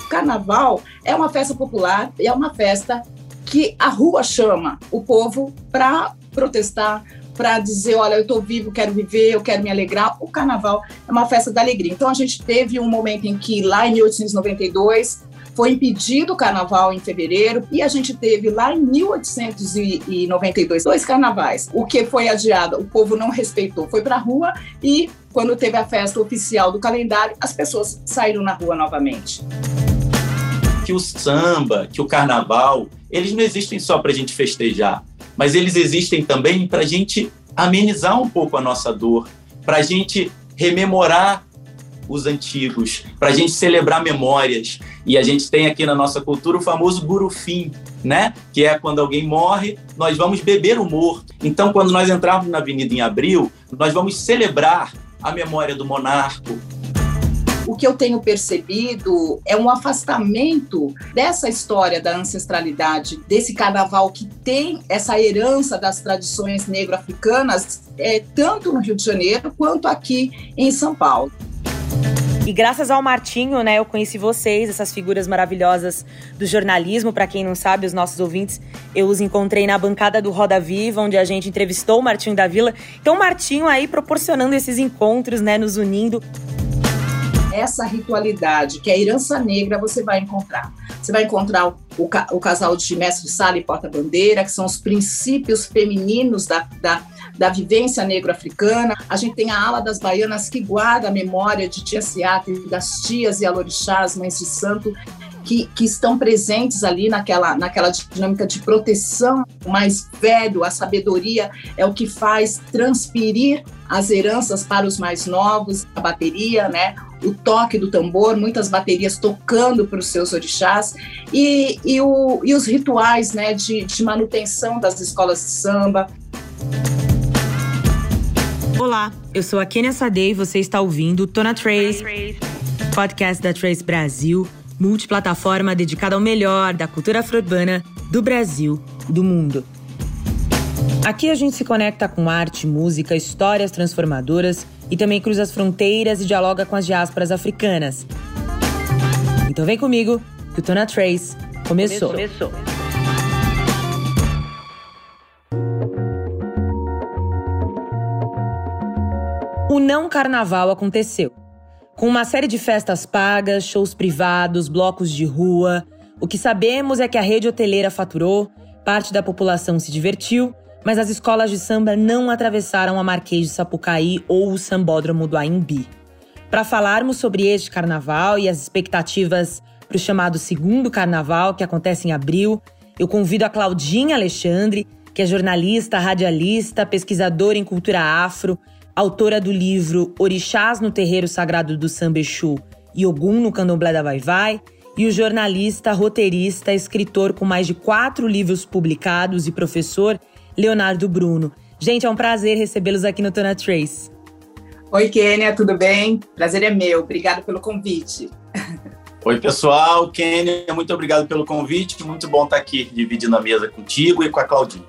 carnaval é uma festa popular e é uma festa que a rua chama o povo para protestar, para dizer, olha, eu estou vivo, quero viver, eu quero me alegrar. O carnaval é uma festa da alegria. Então, a gente teve um momento em que, lá em 1892, foi impedido o carnaval em fevereiro, e a gente teve lá em 1892 2 carnavais. O que foi adiado, o povo não respeitou, foi para a rua, e quando teve a festa oficial do calendário, as pessoas saíram na rua novamente. Que o samba, que o carnaval, eles não existem só para a gente festejar, mas eles existem também para a gente amenizar um pouco a nossa dor, para a gente rememorar os antigos, para a gente celebrar memórias. E a gente tem aqui na nossa cultura o famoso burufim, né? Que é quando alguém morre, nós vamos beber o morto. Então, quando nós entrarmos na Avenida em abril, nós vamos celebrar a memória do monarca. O que eu tenho percebido é um afastamento dessa história da ancestralidade, desse carnaval que tem essa herança das tradições negro-africanas, tanto no Rio de Janeiro quanto aqui em São Paulo. E graças ao Martinho, né, eu conheci vocês, essas figuras maravilhosas do jornalismo. Para quem não sabe, os nossos ouvintes, eu os encontrei na bancada do Roda Viva, onde a gente entrevistou o Martinho da Vila. Então, o Martinho aí proporcionando esses encontros, né, nos unindo. Essa ritualidade, que é a herança negra, você vai encontrar. Você vai encontrar o casal de mestre-sala e porta-bandeira, que são os princípios femininos da vivência negro-africana. A gente tem a ala das baianas, que guarda a memória de Tia Seata e das tias e alorixás, mães de santo, que estão presentes ali naquela dinâmica de proteção. O mais velho, a sabedoria, é o que faz transpirir as heranças para os mais novos, a bateria, né? O toque do tambor, muitas baterias tocando para os seus orixás, e os rituais, né, de manutenção das escolas de samba. Olá, eu sou a Kênia Sadei e você está ouvindo Tô na Trace, podcast da Trace Brasil, multiplataforma dedicada ao melhor da cultura afro-urbana do Brasil e do mundo. Aqui a gente se conecta com arte, música, histórias transformadoras e também cruza as fronteiras e dialoga com as diásporas africanas. Então vem comigo, que o Tô na Trace começou. O não carnaval aconteceu. Com uma série de festas pagas, shows privados, blocos de rua. O que sabemos é que a rede hoteleira faturou, parte da população se divertiu, mas as escolas de samba não atravessaram a Marquês de Sapucaí ou o Sambódromo do Anhembi. Para falarmos sobre este carnaval e as expectativas para o chamado segundo carnaval, que acontece em abril, eu convido a Claudinha Alexandre, que é jornalista, radialista, pesquisadora em cultura afro, autora do livro Orixás no Terreiro Sagrado do Samba Exu e Ogum no Candomblé da Vai-Vai, e o jornalista, roteirista, escritor com mais de 4 livros publicados e professor Leonardo Bruno. Gente, é um prazer recebê-los aqui no Tô na Trace. Oi, Kênia, tudo bem? Prazer é meu, obrigado pelo convite. Oi, pessoal, Kênia, muito obrigado pelo convite, muito bom estar aqui dividindo a mesa contigo e com a Claudinha.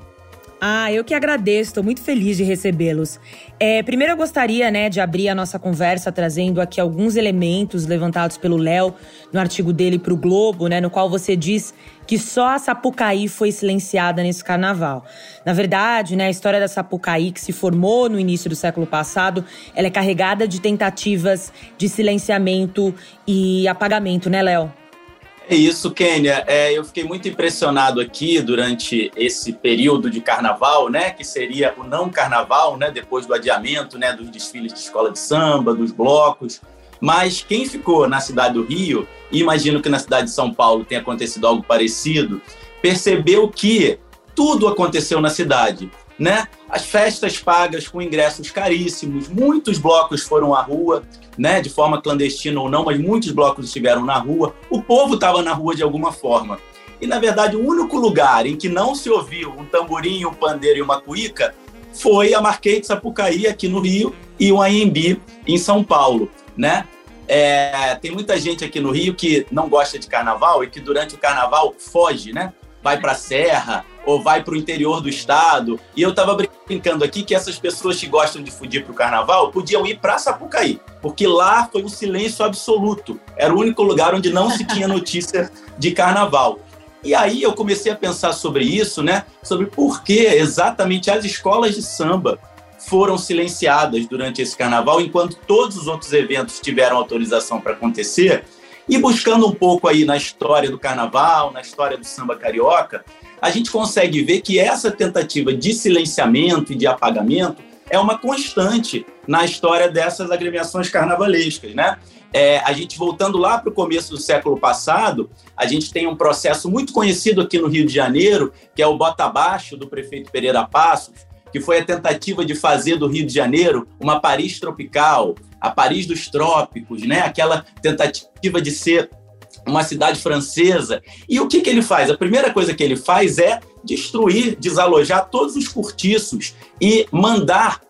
Eu que agradeço, estou muito feliz de recebê-los. Primeiro eu gostaria, né, de abrir a nossa conversa trazendo aqui alguns elementos levantados pelo Léo no artigo dele para o Globo, né, no qual você diz que só a Sapucaí foi silenciada nesse carnaval. Na verdade, né, a história da Sapucaí, que se formou no início do século passado, ela é carregada de tentativas de silenciamento e apagamento, né, Léo? É isso, Kênia. Eu fiquei muito impressionado aqui durante esse período de carnaval, né, que seria o não carnaval, né, depois do adiamento, né, dos desfiles de escola de samba, dos blocos. Mas quem ficou na cidade do Rio, e imagino que na cidade de São Paulo tenha acontecido algo parecido, percebeu que tudo aconteceu na cidade, né? As festas pagas com ingressos caríssimos, muitos blocos foram à rua, né, de forma clandestina ou não, mas muitos blocos estiveram na rua, o povo estava na rua de alguma forma. E, na verdade, o único lugar em que não se ouviu um tamborim, um pandeiro e uma cuíca foi a Marquês de Sapucaí, aqui no Rio, e o Anhembi, em São Paulo, né? Tem muita gente aqui no Rio que não gosta de carnaval e que durante o carnaval foge, né? Vai para a serra ou vai para o interior do estado. E eu estava brincando aqui que essas pessoas que gostam de fugir para o carnaval podiam ir para Sapucaí, porque lá foi um silêncio absoluto. Era o único lugar onde não se tinha notícia de carnaval. E aí eu comecei a pensar sobre isso, né? Sobre por que exatamente as escolas de samba foram silenciadas durante esse carnaval, enquanto todos os outros eventos tiveram autorização para acontecer. E buscando um pouco aí na história do carnaval, na história do samba carioca, a gente consegue ver que essa tentativa de silenciamento e de apagamento é uma constante na história dessas agremiações carnavalescas, né? A gente, voltando lá para o começo do século passado, a gente tem um processo muito conhecido aqui no Rio de Janeiro, que é o Bota Abaixo, do prefeito Pereira Passos, que foi a tentativa de fazer do Rio de Janeiro uma Paris tropical, a Paris dos trópicos, né? Aquela tentativa de ser uma cidade francesa. E o que ele faz? A primeira coisa que ele faz é destruir, desalojar todos os cortiços e mandar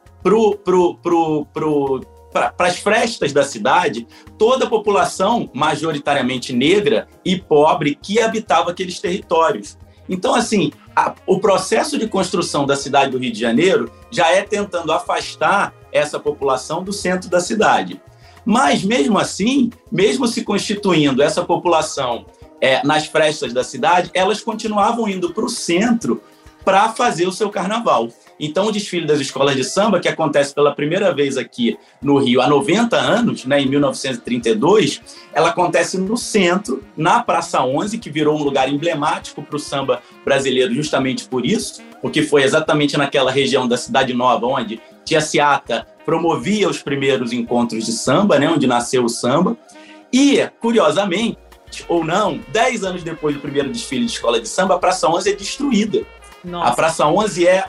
para as frestas da cidade toda a população majoritariamente negra e pobre que habitava aqueles territórios. Então, assim, o processo de construção da cidade do Rio de Janeiro já é tentando afastar essa população do centro da cidade. Mas, mesmo assim, mesmo se constituindo essa população nas frestas da cidade, elas continuavam indo para o centro para fazer o seu carnaval. Então, o desfile das escolas de samba, que acontece pela primeira vez aqui no Rio há 90 anos, né, em 1932, ela acontece no centro, na Praça 11, que virou um lugar emblemático para o samba brasileiro justamente por isso, porque foi exatamente naquela região da Cidade Nova, onde Tia Ciata promovia os primeiros encontros de samba, né, onde nasceu o samba. E, curiosamente, ou não, 10 anos depois do primeiro desfile de escola de samba, a Praça 11 é destruída. Nossa. A Praça 11 é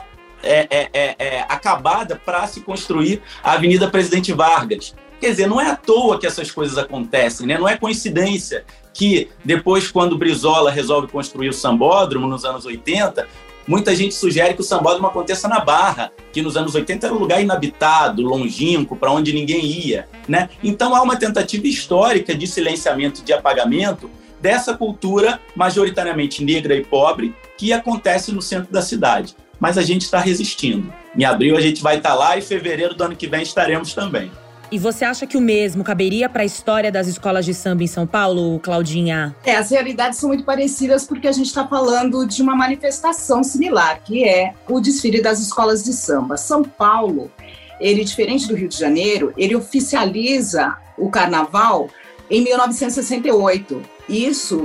acabada para se construir a Avenida Presidente Vargas. Quer dizer, não é à toa que essas coisas acontecem, né? Não é coincidência que depois, quando Brizola resolve construir o sambódromo nos anos 80, muita gente sugere que o sambódromo aconteça na Barra, que nos anos 80 era um lugar inabitado, longínquo, para onde ninguém ia, né? Então há uma tentativa histórica de silenciamento, de apagamento dessa cultura majoritariamente negra e pobre que acontece no centro da cidade. Mas a gente está resistindo. Em abril a gente vai estar lá e em fevereiro do ano que vem estaremos também. E você acha que o mesmo caberia para a história das escolas de samba em São Paulo, Claudinha? As realidades são muito parecidas porque a gente está falando de uma manifestação similar, que é o desfile das escolas de samba. São Paulo, ele, diferente do Rio de Janeiro, ele oficializa o carnaval em 1968. Isso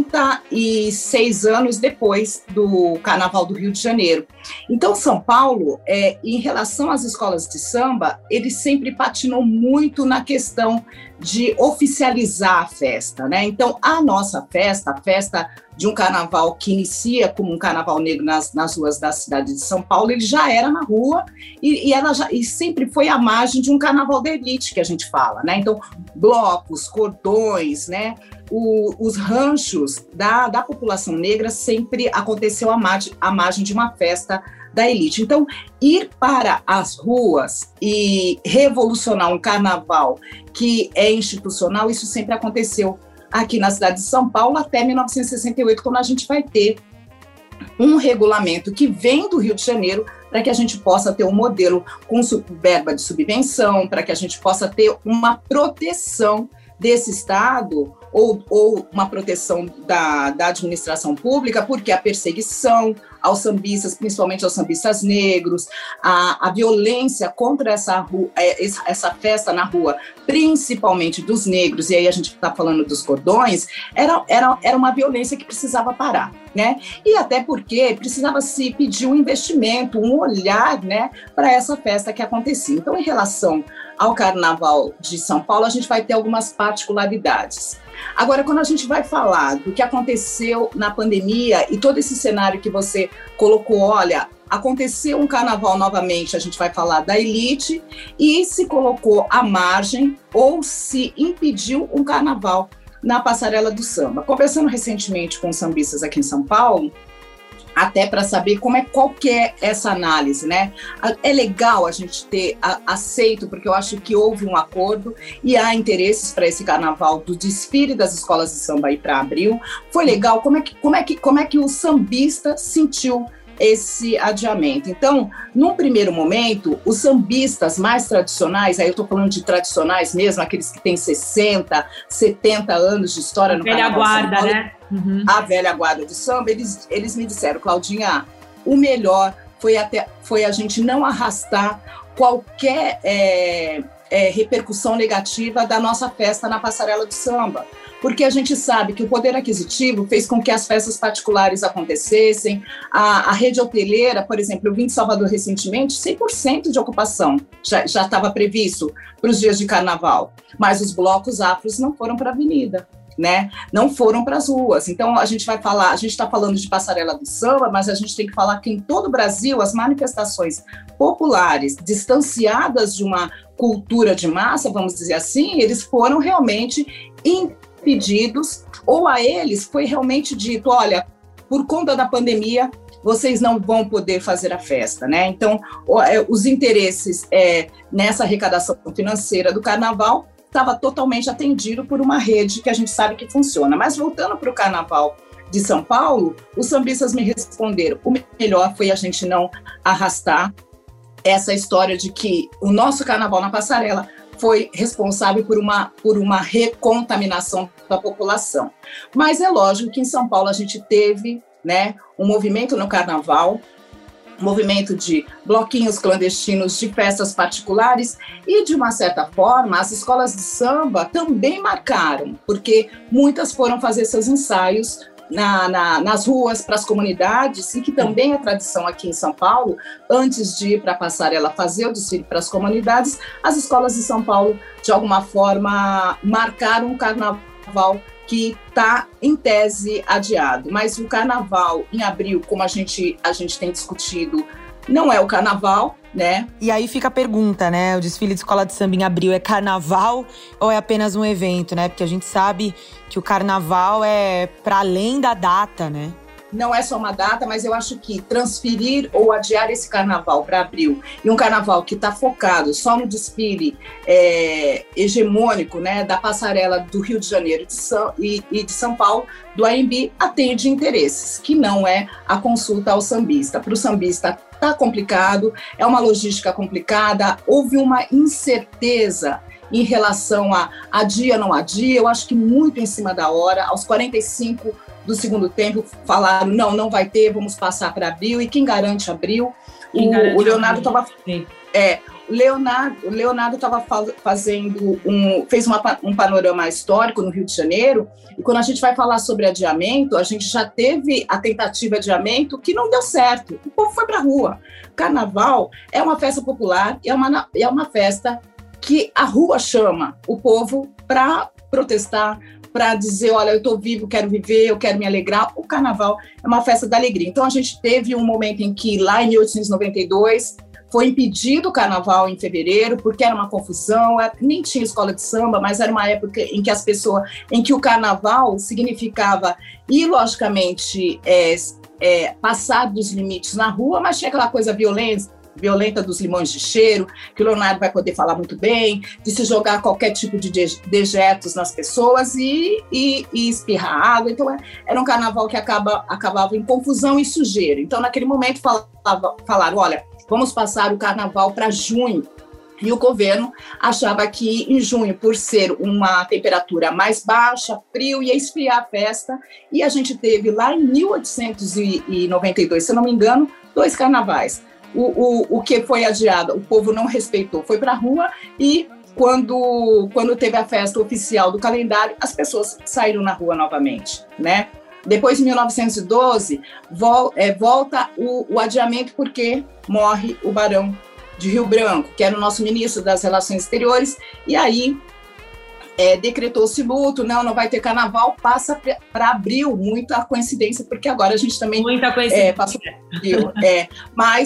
36 anos depois do Carnaval do Rio de Janeiro. Então, São Paulo, em relação às escolas de samba, ele sempre patinou muito na questão de oficializar a festa, né? Então, a nossa festa, a festa de um carnaval que inicia como um carnaval negro nas ruas da cidade de São Paulo, ele já era na rua e sempre foi à margem de um carnaval da elite, que a gente fala, né? Então, blocos, cordões, né? Os ranchos da população negra sempre aconteceu à margem de uma festa da elite. Então, ir para as ruas e revolucionar um carnaval que é institucional, isso sempre aconteceu aqui na cidade de São Paulo até 1968, quando a gente vai ter um regulamento que vem do Rio de Janeiro para que a gente possa ter um modelo com verba de subvenção, para que a gente possa ter uma proteção desse Estado ou uma proteção da administração pública, porque a perseguição aos sambistas, principalmente aos sambistas negros, a violência contra essa festa na rua, principalmente dos negros, e aí a gente está falando dos cordões, era uma violência que precisava parar, né? E até porque precisava se pedir um investimento, um olhar, né, para essa festa que acontecia. Então, em relação ao Carnaval de São Paulo, a gente vai ter algumas particularidades. Agora, quando a gente vai falar do que aconteceu na pandemia e todo esse cenário que você colocou, olha, aconteceu um carnaval novamente, a gente vai falar da elite, e se colocou à margem ou se impediu um carnaval na passarela do samba. Conversando recentemente com sambistas aqui em São Paulo, até para saber qual que é essa análise, né? É legal a gente ter aceito, porque eu acho que houve um acordo e há interesses para esse carnaval do desfile das escolas de samba ir para abril. Foi legal, como é que o sambista sentiu esse adiamento? Então, num primeiro momento, os sambistas mais tradicionais, aí eu estou falando de tradicionais mesmo, aqueles que têm 60, 70 anos de história no Carnaval. Velha guarda, Paulo, né? Uhum. A velha guarda do samba, eles me disseram, Claudinha, o melhor foi a gente não arrastar qualquer repercussão negativa da nossa festa na passarela do samba, porque a gente sabe que o poder aquisitivo fez com que as festas particulares acontecessem, a rede hoteleira, por exemplo, eu vim de Salvador recentemente, 100% de ocupação já estava previsto para os dias de carnaval, mas os blocos afros não foram para a avenida, né? Não foram para as ruas. Então a gente está falando de passarela do samba, mas a gente tem que falar que em todo o Brasil as manifestações populares, distanciadas de uma cultura de massa, vamos dizer assim, eles foram realmente impedidos, ou a eles foi realmente dito, olha, por conta da pandemia, vocês não vão poder fazer a festa, né? Então, os interesses nessa arrecadação financeira do carnaval estava totalmente atendido por uma rede que a gente sabe que funciona. Mas voltando para o Carnaval de São Paulo, os sambistas me responderam, o melhor foi a gente não arrastar essa história de que o nosso Carnaval na passarela foi responsável por uma recontaminação da população. Mas é lógico que em São Paulo a gente teve, né, um movimento no Carnaval, movimento de bloquinhos clandestinos, de festas particulares e, de uma certa forma, as escolas de samba também marcaram, porque muitas foram fazer seus ensaios nas ruas, para as comunidades, e que também é tradição aqui em São Paulo, antes de ir para a passarela fazer o desfile para as comunidades, as escolas de São Paulo, de alguma forma, marcaram um carnaval que está, em tese, adiado. Mas o carnaval em abril, como a gente tem discutido, não é o carnaval, né? E aí fica a pergunta, né? O desfile de escola de samba em abril é carnaval ou é apenas um evento, né? Porque a gente sabe que o carnaval é para além da data, né? Não é só uma data, mas eu acho que transferir ou adiar esse carnaval para abril, e um carnaval que está focado só no desfile hegemônico, né, da passarela do Rio de Janeiro e de São Paulo, do AMB, atende interesses, que não é a consulta ao sambista. Para o sambista está complicado, é uma logística complicada, houve uma incerteza em relação a dia, não adia, eu acho que muito em cima da hora, aos 45 do segundo tempo, falaram, não vai ter, vamos passar para abril, e quem garante abril? O Leonardo estava... O Leonardo estava fazendo fez um panorama histórico no Rio de Janeiro, e quando a gente vai falar sobre adiamento, a gente já teve a tentativa de adiamento que não deu certo, o povo foi para a rua. Carnaval é uma festa popular, é uma festa que a rua chama o povo para protestar, para dizer, olha, eu estou vivo, quero viver, eu quero me alegrar. O carnaval é uma festa da alegria. Então, a gente teve um momento em que, lá em 1892, foi impedido o carnaval em fevereiro, porque era uma confusão, nem tinha escola de samba, mas era uma época em que o carnaval significava ir, logicamente, passar dos limites na rua, mas tinha aquela coisa violenta dos limões de cheiro, que o Leonardo vai poder falar muito bem, de se jogar qualquer tipo de dejetos nas pessoas e espirrar água. Então, era um carnaval que acabava em confusão e sujeira. Então, naquele momento, falaram, olha, vamos passar o carnaval para junho. E o governo achava que em junho, por ser uma temperatura mais baixa, frio, ia esfriar a festa. E a gente teve lá em 1892, se eu não me engano, 2 carnavais. O que foi adiado, o povo não respeitou, foi para a rua, e quando teve a festa oficial do calendário, as pessoas saíram na rua novamente, né? Depois, em 1912, volta o adiamento, porque morre o Barão de Rio Branco, que era o nosso ministro das Relações Exteriores, e aí decretou-se luto, não vai ter carnaval, passa para abril, muita coincidência, porque agora a gente também muita coincidência. Passou abril, mas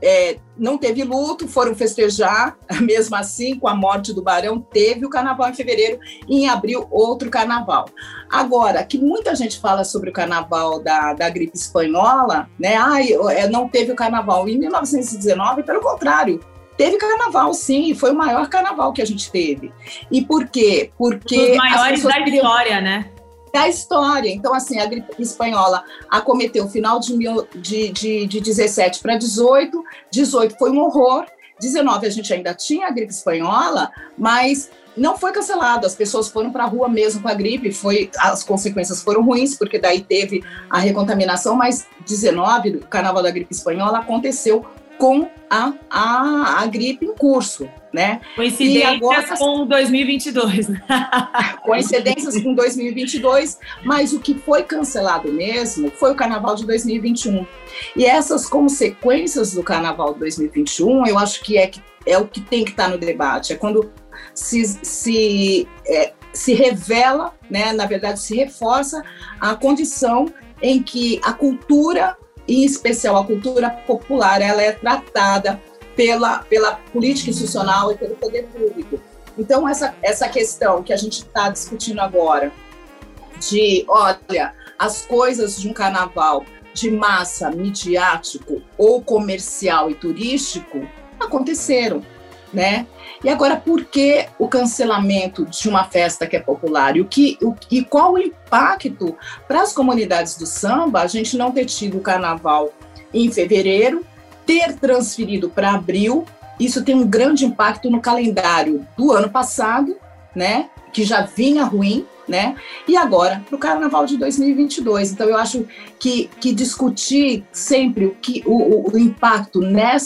não teve luto, foram festejar, mesmo assim, com a morte do Barão, teve o carnaval em fevereiro e em abril outro carnaval. Agora, que muita gente fala sobre o carnaval da gripe espanhola, né? Não teve o carnaval. Em 1919, pelo contrário, teve carnaval, sim, foi o maior carnaval que a gente teve. E por quê? Porque os maiores da história, né? Da história. Então, assim, a gripe espanhola acometeu o final de 17 para 18. 18 foi um horror. 19 a gente ainda tinha a gripe espanhola, mas não foi cancelado. As pessoas foram para a rua mesmo com a gripe. As consequências foram ruins, porque daí teve a recontaminação, mas 19, o carnaval da gripe espanhola, aconteceu com a gripe em curso, né? Coincidências com 2022. Coincidências com 2022, mas o que foi cancelado mesmo foi o Carnaval de 2021. E essas consequências do Carnaval de 2021, eu acho que é o que tem que estar no debate. É quando se revela, né? Na verdade, se reforça a condição em que a cultura, em especial a cultura popular, ela é tratada pela política institucional e pelo poder público. Então, essa questão que a gente está discutindo agora, de, olha, as coisas de um carnaval de massa, midiático ou comercial e turístico aconteceram, né? E agora, por que o cancelamento de uma festa que é popular? E qual o impacto para as comunidades do samba a gente não ter tido o carnaval em fevereiro, ter transferido para abril? Isso tem um grande impacto no calendário do ano passado, né? Que já vinha ruim, né? E agora, para o Carnaval de 2022. Então, eu acho que discutir sempre o impacto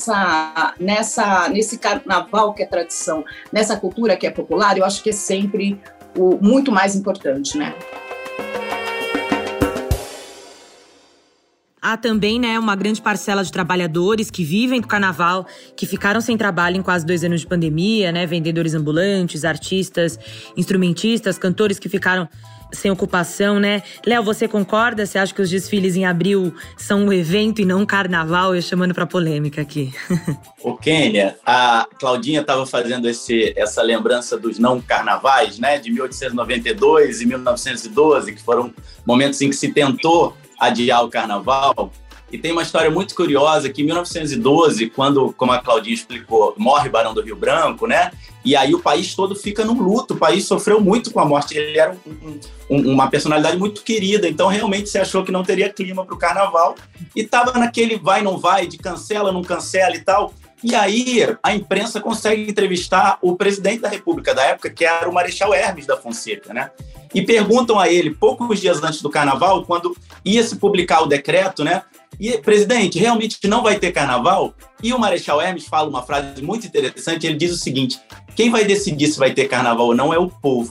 nesse Carnaval que é tradição, nessa cultura que é popular, eu acho que é sempre muito mais importante, né? Há também, né, uma grande parcela de trabalhadores que vivem do carnaval, que ficaram sem trabalho em quase 2 anos de pandemia, né? Vendedores ambulantes, artistas, instrumentistas, cantores que ficaram sem ocupação, né? Léo, você concorda? Você acha que os desfiles em abril são um evento e não um carnaval? Eu chamando pra polêmica aqui. Ô, Kênia, a Claudinha estava fazendo essa lembrança dos não carnavais, né? De 1892 e 1912, que foram momentos em que se tentou adiar o carnaval. E tem uma história muito curiosa que em 1912, quando, como a Claudinha explicou, morre Barão do Rio Branco, né? E aí o país todo fica num luto, o país sofreu muito com a morte. Ele era uma personalidade muito querida, então realmente se achou que não teria clima para o carnaval. E estava naquele vai, não vai, de cancela, não cancela e tal. E aí a imprensa consegue entrevistar o presidente da República da época, que era o Marechal Hermes da Fonseca, né? E perguntam a ele, poucos dias antes do carnaval, quando ia se publicar o decreto, né? E, presidente, realmente não vai ter carnaval? E o Marechal Hermes fala uma frase muito interessante, ele diz o seguinte: quem vai decidir se vai ter carnaval ou não é o povo.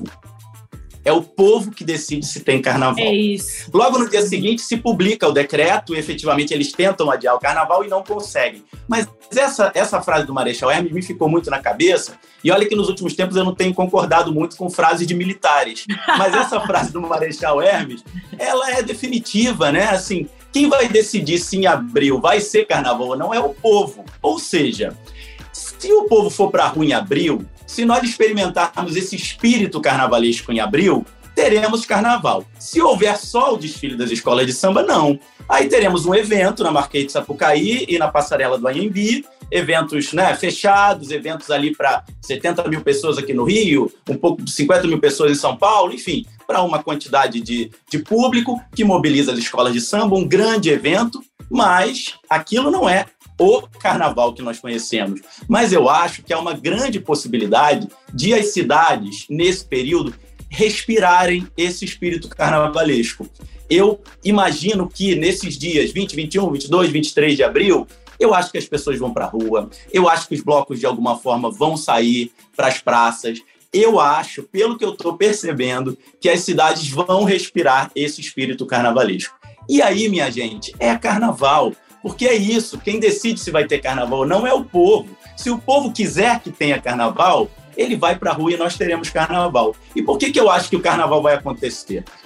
É o povo que decide se tem carnaval. É isso. Logo no dia seguinte se publica o decreto e efetivamente eles tentam adiar o carnaval e não conseguem. Mas essa frase do Marechal Hermes me ficou muito na cabeça, e olha que nos últimos tempos eu não tenho concordado muito com frases de militares. Mas essa frase do Marechal Hermes, ela é definitiva, né? Assim, quem vai decidir se em abril vai ser carnaval ou não é o povo. Ou seja, se o povo for para a rua em abril, se nós experimentarmos esse espírito carnavalesco em abril, teremos carnaval. Se houver só o desfile das escolas de samba, não. Aí teremos um evento na Marquês de Sapucaí e na Passarela do Anhembi, eventos, né, fechados, eventos ali para 70 mil pessoas aqui no Rio, um pouco de 50 mil pessoas em São Paulo, enfim, para uma quantidade de público que mobiliza as escolas de samba, um grande evento, mas aquilo não é o carnaval que nós conhecemos. Mas eu acho que há uma grande possibilidade de as cidades, nesse período, respirarem esse espírito carnavalesco. Eu imagino que nesses dias 20, 21, 22, 23 de abril, eu acho que as pessoas vão para a rua, eu acho que os blocos, de alguma forma, vão sair para as praças. Eu acho, pelo que eu estou percebendo, que as cidades vão respirar esse espírito carnavalesco. E aí, minha gente, é carnaval. Porque é isso, quem decide se vai ter carnaval ou não é o povo. Se o povo quiser que tenha carnaval, ele vai para a rua e nós teremos carnaval. E por que eu acho que o carnaval vai acontecer?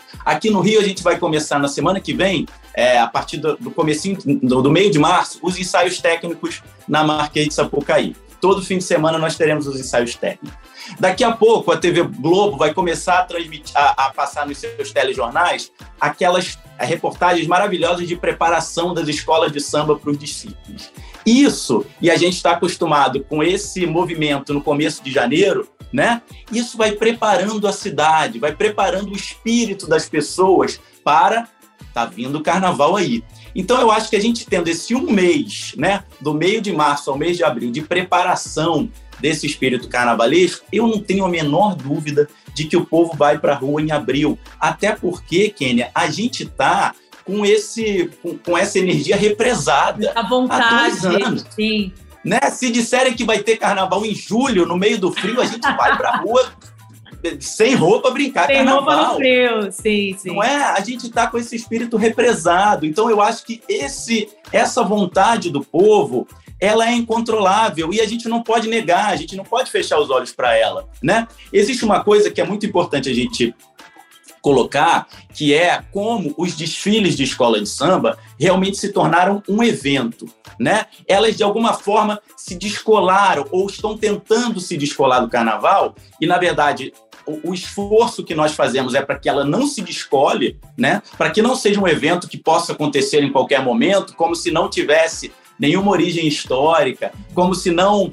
Aqui no Rio, a gente vai começar na semana que vem, a partir do comecinho, do meio de março, os ensaios técnicos na Marquês de Sapucaí. Todo fim de semana nós teremos os ensaios técnicos. Daqui a pouco, a TV Globo vai começar a transmitir, a passar nos seus telejornais aquelas reportagens maravilhosas de preparação das escolas de samba para os desfiles. Isso, e a gente está acostumado com esse movimento no começo de janeiro, né? Isso vai preparando a cidade, vai preparando o espírito das pessoas para tá vindo o carnaval aí. Então, eu acho que a gente tendo esse um mês, né, do meio de março ao mês de abril, de preparação desse espírito carnavalesco, eu não tenho a menor dúvida de que o povo vai para a rua em abril. Até porque, Kênia, a gente está com essa energia represada à vontade, há 2 anos. Sim. Né? Se disserem que vai ter carnaval em julho, no meio do frio, a gente vai para a rua sem roupa brincar sem carnaval. Sem roupa no frio, sim. Não é? A gente está com esse espírito represado. Então, eu acho que essa vontade do povo, ela é incontrolável e a gente não pode negar, a gente não pode fechar os olhos para ela, né? Existe uma coisa que é muito importante a gente colocar, que é como os desfiles de escola de samba realmente se tornaram um evento, né? Elas, de alguma forma, se descolaram ou estão tentando se descolar do carnaval e, na verdade, o esforço que nós fazemos é para que ela não se descole, né? Para que não seja um evento que possa acontecer em qualquer momento, como se não tivesse nenhuma origem histórica, como se não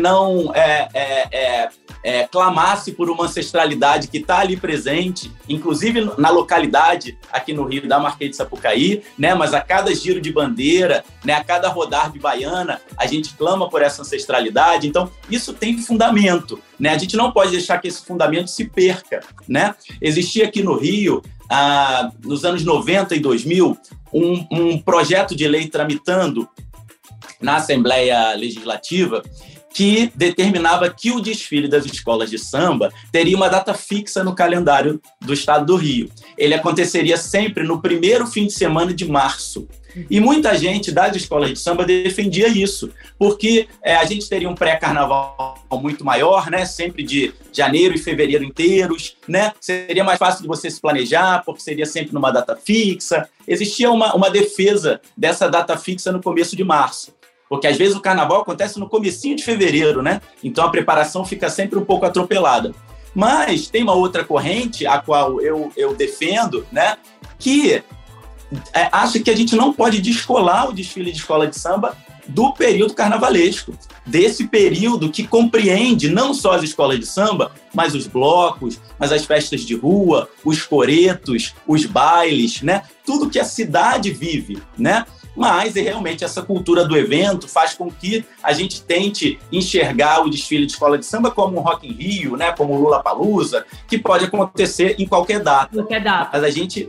clamasse por uma ancestralidade que está ali presente, inclusive na localidade aqui no Rio da Marquês de Sapucaí, né? Mas a cada giro de bandeira, né? A cada rodar de baiana, a gente clama por essa ancestralidade. Então, isso tem fundamento, né? A gente não pode deixar que esse fundamento se perca, né? Existia aqui no Rio, nos anos 90 e 2000, um projeto de lei tramitando na Assembleia Legislativa que determinava que o desfile das escolas de samba teria uma data fixa no calendário do estado do Rio. Ele aconteceria sempre no primeiro fim de semana de março. E muita gente das escolas de samba defendia isso, porque a gente teria um pré-carnaval muito maior, né? Sempre de janeiro e fevereiro inteiros, né? Seria mais fácil de você se planejar, porque seria sempre numa data fixa. Existia uma defesa dessa data fixa no começo de março. Porque, às vezes, o carnaval acontece no comecinho de fevereiro, né? Então, a preparação fica sempre um pouco atropelada. Mas tem uma outra corrente, a qual eu defendo, né? Que acha que a gente não pode descolar o desfile de escola de samba do período carnavalesco. Desse período que compreende não só as escolas de samba, mas os blocos, mas as festas de rua, os coretos, os bailes, né? Tudo que a cidade vive, né? Mas realmente essa cultura do evento faz com que a gente tente enxergar o desfile de escola de samba como um Rock in Rio, né? Como o Lollapalooza, que pode acontecer em qualquer data. Qualquer data. Mas a gente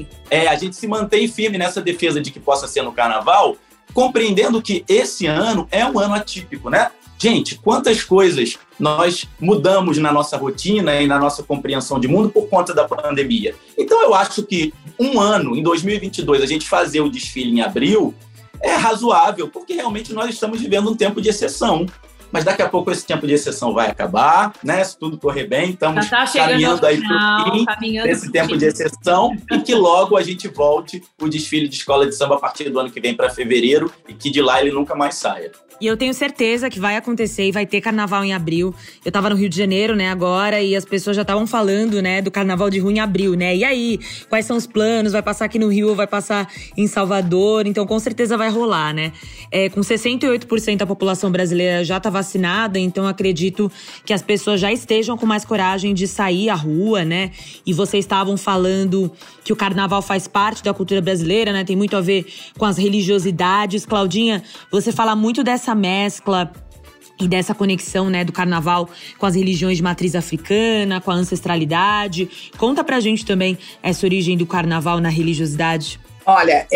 se mantém firme nessa defesa de que possa ser no carnaval, compreendendo que esse ano é um ano atípico, né? Gente, quantas coisas nós mudamos na nossa rotina e na nossa compreensão de mundo por conta da pandemia. Então, eu acho que um ano, em 2022, a gente fazer o desfile em abril é razoável, porque realmente nós estamos vivendo um tempo de exceção. Mas daqui a pouco esse tempo de exceção vai acabar, né? Se tudo correr bem, estamos caminhando aí para o fim desse tempo de exceção e que logo a gente volte o desfile de escola de samba a partir do ano que vem para fevereiro e que de lá ele nunca mais saia. E eu tenho certeza que vai acontecer e vai ter carnaval em abril. Eu tava no Rio de Janeiro, né, agora, e as pessoas já estavam falando, né, do carnaval de rua em abril, né? E aí, quais são os planos? Vai passar aqui no Rio ou vai passar em Salvador? Então, com certeza vai rolar, né? Com 68% da população brasileira já tá vacinada, então acredito que as pessoas já estejam com mais coragem de sair à rua, né? E vocês estavam falando que o carnaval faz parte da cultura brasileira, né? Tem muito a ver com as religiosidades. Claudinha, você fala muito dessa mescla e dessa conexão, né, do carnaval com as religiões de matriz africana, com a ancestralidade. Conta pra gente também essa origem do carnaval na religiosidade. Olha,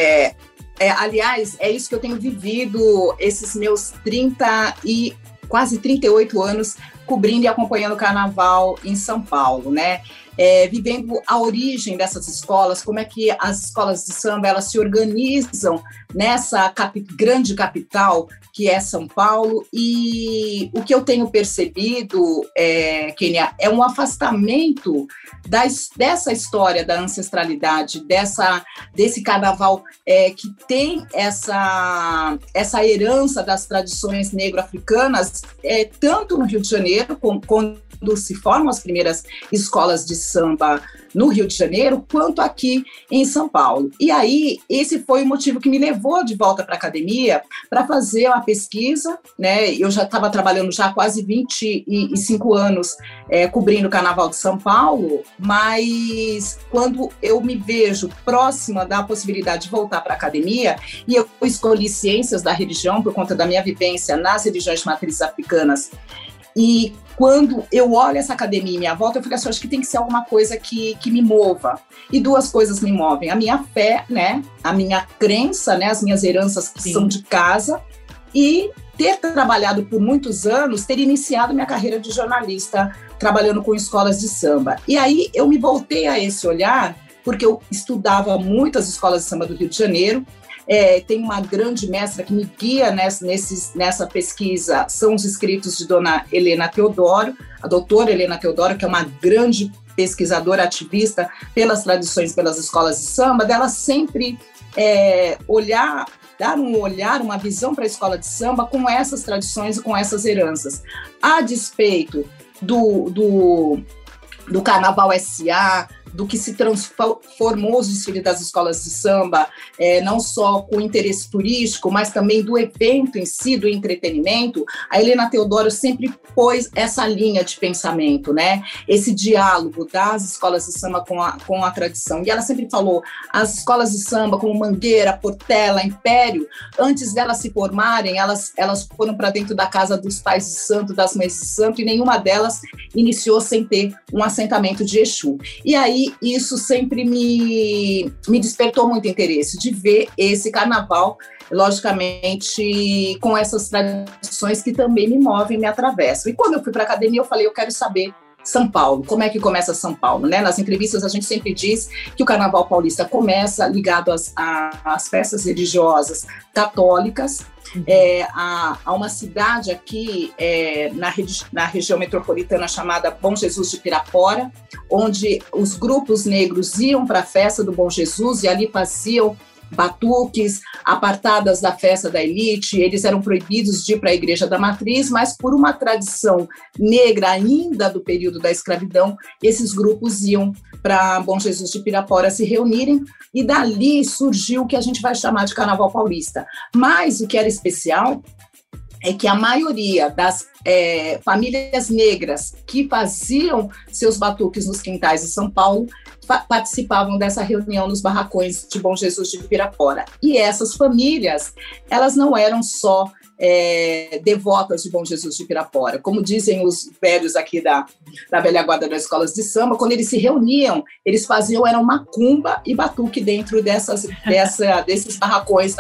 aliás, é isso que eu tenho vivido esses meus 30 e quase 38 anos cobrindo e acompanhando o carnaval em São Paulo, né? vivendo a origem dessas escolas, como é que as escolas de samba elas se organizam nessa grande capital que é São Paulo. E o que eu tenho percebido, Kênia, é um afastamento dessa história da ancestralidade, desse carnaval que tem essa herança das tradições negro-africanas, tanto no Rio de Janeiro, quando se formam as primeiras escolas de samba no Rio de Janeiro, quanto aqui em São Paulo. E aí, esse foi o motivo que me levou de volta para a academia para fazer uma pesquisa, né? Eu já estava trabalhando já há quase 25 anos cobrindo o Carnaval de São Paulo, mas quando eu me vejo próxima da possibilidade de voltar para a academia, e eu escolhi Ciências da Religião por conta da minha vivência nas religiões de matrizes africanas, e quando eu olho essa academia em minha volta, eu fico assim, acho que tem que ser alguma coisa que me mova. E duas coisas me movem. A minha fé, né? A minha crença, né? As minhas heranças que são de casa. E ter trabalhado por muitos anos, ter iniciado minha carreira de jornalista, trabalhando com escolas de samba. E aí eu me voltei a esse olhar, porque eu estudava muitas escolas de samba do Rio de Janeiro. Tem uma grande mestra que me guia nessa pesquisa, são os escritos de Dona Helena Teodoro, a doutora Helena Teodoro, que é uma grande pesquisadora ativista pelas tradições, pelas escolas de samba, dela sempre dar um olhar, uma visão para a escola de samba com essas tradições e com essas heranças. A despeito do Carnaval S.A., do que se transformou os desfiles das escolas de samba, não só com interesse turístico, mas também do evento em si, do entretenimento, a Helena Teodoro sempre pôs essa linha de pensamento, né? Esse diálogo das escolas de samba com a tradição. E ela sempre falou, as escolas de samba, como Mangueira, Portela, Império, antes delas se formarem, elas foram para dentro da casa dos pais de santo, das mães de santo, e nenhuma delas iniciou sem ter um assentamento de Exu. E aí, isso sempre me despertou muito interesse de ver esse carnaval, logicamente, com essas tradições que também me movem, me atravessam. E quando eu fui para a academia, eu falei, eu quero saber São Paulo, como é que começa São Paulo, né? Nas entrevistas a gente sempre diz que o Carnaval Paulista começa ligado às festas religiosas católicas. Há uma cidade aqui na região metropolitana chamada Bom Jesus de Pirapora, onde os grupos negros iam para a festa do Bom Jesus e ali faziam batuques, apartadas da festa da elite. Eles eram proibidos de ir para a Igreja da Matriz, mas por uma tradição negra ainda do período da escravidão, esses grupos iam para Bom Jesus de Pirapora se reunirem, e dali surgiu o que a gente vai chamar de Carnaval Paulista. Mas o que era especial é que a maioria das famílias negras que faziam seus batuques nos quintais de São Paulo participavam dessa reunião nos barracões de Bom Jesus de Pirapora. E essas famílias, elas não eram só devotas de Bom Jesus de Pirapora. Como dizem os velhos aqui da velha guarda das escolas de samba, quando eles se reuniam, eles faziam era macumba e batuque dentro desses barracões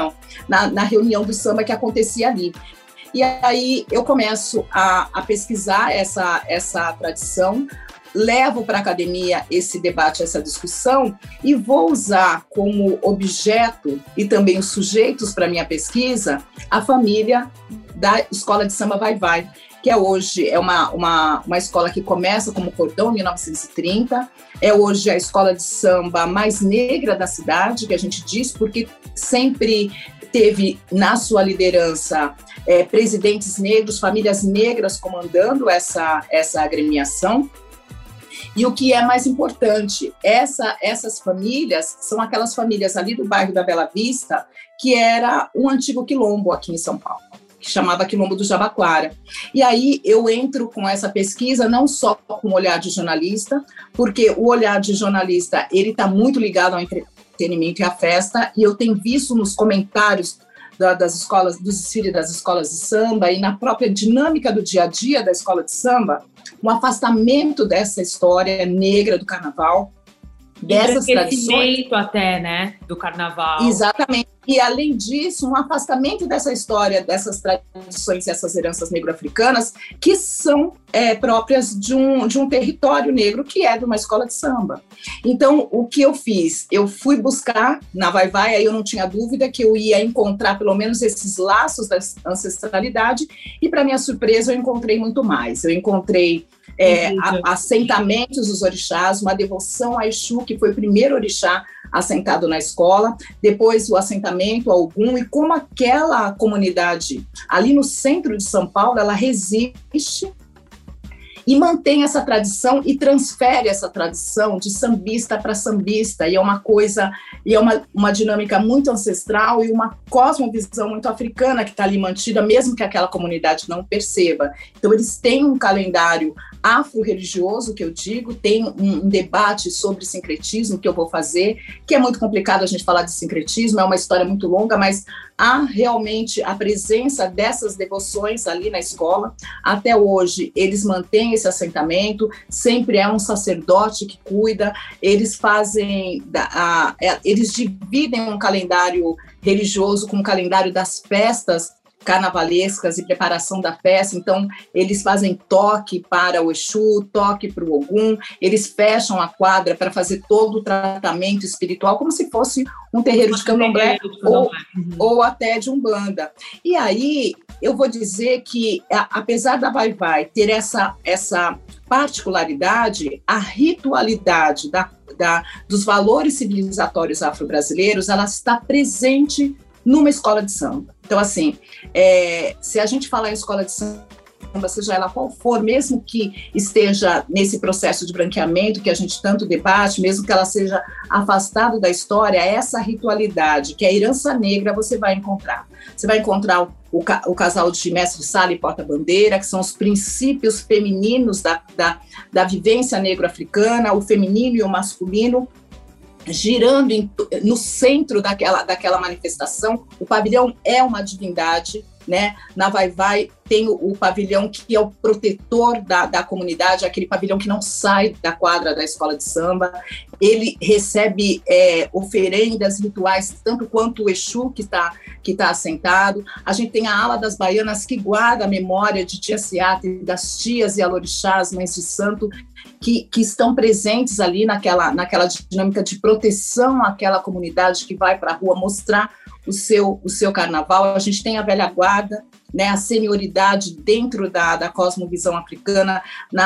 na reunião do samba que acontecia ali. E aí eu começo a pesquisar essa tradição, levo para a academia esse debate, essa discussão, e vou usar como objeto e também os sujeitos para minha pesquisa a família da Escola de Samba Vai-Vai, que hoje é uma escola que começa como cordão em 1930, é hoje a escola de samba mais negra da cidade, que a gente diz, porque sempre teve na sua liderança presidentes negros, famílias negras comandando essa agremiação. E o que é mais importante, essas famílias são aquelas famílias ali do bairro da Bela Vista, que era um antigo quilombo aqui em São Paulo, que chamava Quilombo do Jabaquara. E aí eu entro com essa pesquisa, não só com o olhar de jornalista, porque o olhar de jornalista ele está muito ligado ao entretenimento e à festa, e eu tenho visto nos comentários das escolas, dos desfiles das escolas de samba e na própria dinâmica do dia a dia da escola de samba, um afastamento dessa história negra do carnaval, dessas tradições. Até, né? do carnaval. Exatamente. E, além disso, um afastamento dessa história, dessas tradições e essas heranças negro-africanas que são próprias de um território negro, que é de uma escola de samba. Então, o que eu fiz? Eu fui buscar na Vai Vai, aí eu não tinha dúvida que eu ia encontrar pelo menos esses laços da ancestralidade, e, para minha surpresa, eu encontrei muito mais. Eu encontrei assentamentos dos orixás, uma devoção a Exu, que foi o primeiro orixá assentado na escola, depois o assentamento a Ogum, e como aquela comunidade ali no centro de São Paulo, ela resiste e mantém essa tradição e transfere essa tradição de sambista para sambista, e é uma coisa, e é uma dinâmica muito ancestral e uma cosmovisão muito africana que está ali mantida, mesmo que aquela comunidade não perceba. Então, eles têm um calendário afro-religioso, que eu digo, tem um debate sobre sincretismo que eu vou fazer, que é muito complicado a gente falar de sincretismo, é uma história muito longa, mas há realmente a presença dessas devoções ali na escola. Até hoje, eles mantêm esse assentamento, sempre é um sacerdote que cuida, eles eles dividem um calendário religioso com o calendário das festas carnavalescas e preparação da festa. Então, eles fazem toque para o Exu, toque para o Ogum, eles fecham a quadra para fazer todo o tratamento espiritual, como se fosse um terreiro de candomblé ou até de umbanda. E aí, eu vou dizer que, apesar da Vai Vai ter essa particularidade, a ritualidade dos valores civilizatórios afro-brasileiros, ela está presente numa escola de samba. Então, assim, se a gente falar em escola de samba, seja ela qual for, mesmo que esteja nesse processo de branqueamento que a gente tanto debate, mesmo que ela seja afastada da história, essa ritualidade, que é a herança negra, você vai encontrar. Você vai encontrar o casal de mestre-sala e porta-bandeira, que são os princípios femininos da vivência negro-africana, o feminino e o masculino, girando no centro daquela manifestação. O pavilhão é uma divindade, né? Na Vai Vai tem o pavilhão que é o protetor da comunidade, aquele pavilhão que não sai da quadra da escola de samba. Ele recebe oferendas rituais, tanto quanto o Exu que está assentado. A gente tem a ala das baianas, que guarda a memória de Tia Seata e das tias e alorixás, mães de santo, que estão presentes ali naquela dinâmica de proteção àquela comunidade que vai para a rua mostrar o seu carnaval. A gente tem a velha guarda, né, a senioridade dentro da cosmovisão africana,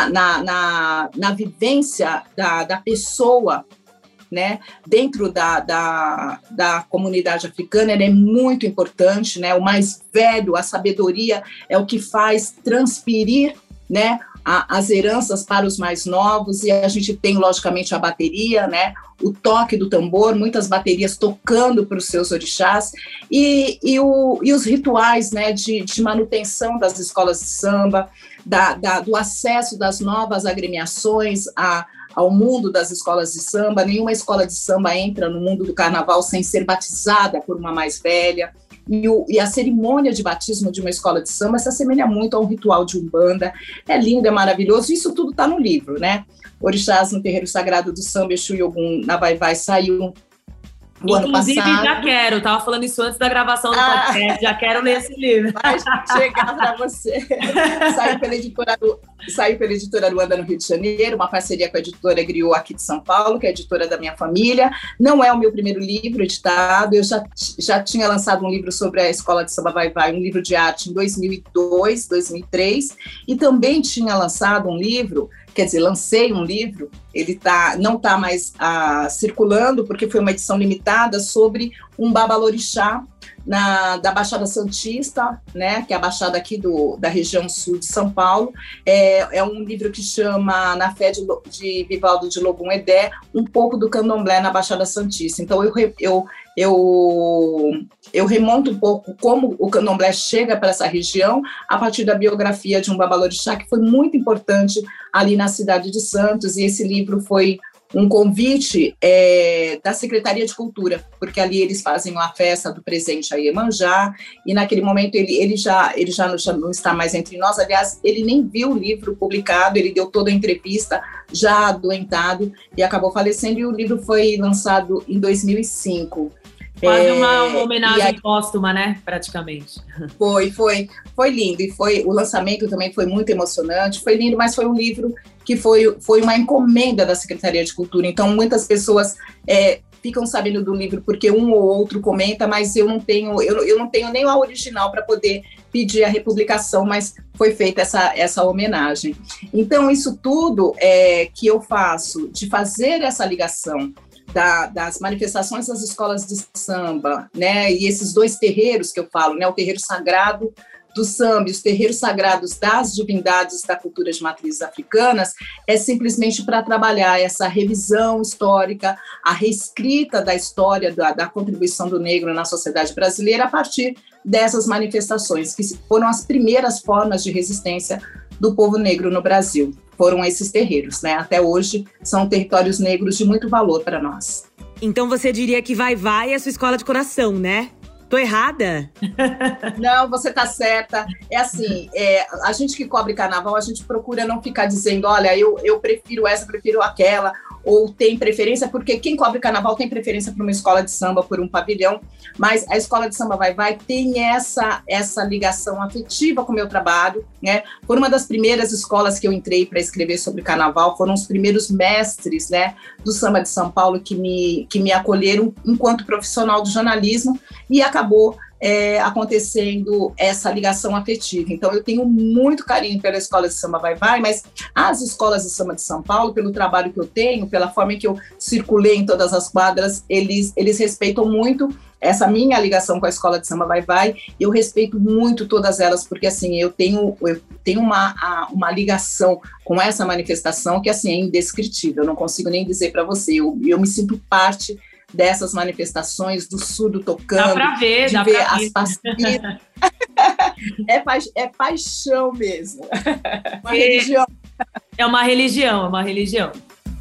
na vivência da pessoa, né, dentro da comunidade africana. Ela é muito importante, né? O mais velho, a sabedoria, é o que faz transpirir, né, as heranças para os mais novos. E a gente tem, logicamente, a bateria, né, o toque do tambor, muitas baterias tocando para os seus orixás, e os rituais, né, de manutenção das escolas de samba, do acesso das novas agremiações ao mundo das escolas de samba. Nenhuma escola de samba entra no mundo do carnaval sem ser batizada por uma mais velha. E a cerimônia de batismo de uma escola de samba se assemelha muito a um ritual de umbanda. É lindo, é maravilhoso. Isso tudo está no livro, né? Orixás no Terreiro Sagrado do Samba, Exu e Ogum na Vai Vai saiu no ano passado. Inclusive, já quero. Tava falando isso antes da gravação do podcast. Já quero ler esse livro. Vai chegar para você. Saiu pela editora Luanda, no Rio de Janeiro, uma parceria com a editora Griot, aqui de São Paulo, que é a editora da minha família. Não é o meu primeiro livro editado. Eu já tinha lançado um livro sobre a escola de samba Vai Vai, um livro de arte em 2002, 2003, e também tinha lançado um livro. Quer dizer, lancei um livro, ele não está mais circulando, porque foi uma edição limitada, sobre um babalorixá da Baixada Santista, né, que é a baixada aqui da região sul de São Paulo. É um livro que chama Na Fé de Vivaldo de Lobum Edé, um pouco do candomblé na Baixada Santista. Então, eu remonto um pouco como o candomblé chega para essa região a partir da biografia de um babalorixá que foi muito importante ali na cidade de Santos, e esse livro foi um convite da Secretaria de Cultura, porque ali eles fazem uma festa do presente a Iemanjá, e naquele momento ele já não está mais entre nós. Aliás, ele nem viu o livro publicado, ele deu toda a entrevista já adoentado e acabou falecendo, e o livro foi lançado em 2005. Quase uma homenagem póstuma, né? Praticamente. Foi lindo, e o lançamento também foi muito emocionante, foi lindo, mas foi um livro que foi uma encomenda da Secretaria de Cultura. Então, muitas pessoas ficam sabendo do livro porque um ou outro comenta, mas eu não tenho nem a original para poder pedir a republicação, mas foi feita essa homenagem. Então, isso tudo que eu faço, de fazer essa ligação das manifestações das escolas de samba, né, e esses dois terreiros que eu falo, né, o terreiro sagrado do samba e os terreiros sagrados das divindades da cultura de matrizes africanas, é simplesmente para trabalhar essa revisão histórica, a reescrita da história da contribuição do negro na sociedade brasileira a partir dessas manifestações, que foram as primeiras formas de resistência do povo negro no Brasil. Foram esses terreiros, né? Até hoje são territórios negros de muito valor para nós. Então você diria que Vai é a sua escola de coração, né? Tô errada? Não, você tá certa. É assim, a gente que cobre carnaval, a gente procura não ficar dizendo, olha, eu prefiro essa, prefiro aquela, ou tem preferência, porque quem cobre carnaval tem preferência por uma escola de samba, por um pavilhão, mas a escola de samba Vai tem essa ligação afetiva com o meu trabalho, né? Foi uma das primeiras escolas que eu entrei para escrever sobre carnaval, foram os primeiros mestres, né, do samba de São Paulo que me acolheram enquanto profissional do jornalismo, e acabou acontecendo essa ligação afetiva. Então, eu tenho muito carinho pela escola de samba Vai, mas as escolas de samba de São Paulo, pelo trabalho que eu tenho, pela forma que eu circulei em todas as quadras, eles respeitam muito essa minha ligação com a escola de samba Vai. Eu respeito muito todas elas, porque assim, eu tenho uma ligação com essa manifestação que assim, é indescritível, eu não consigo nem dizer para você, eu me sinto parte dessas manifestações, do surdo tocando. Dá pra ver, de ver as pastilhas. É paixão mesmo. Uma religião. É uma religião.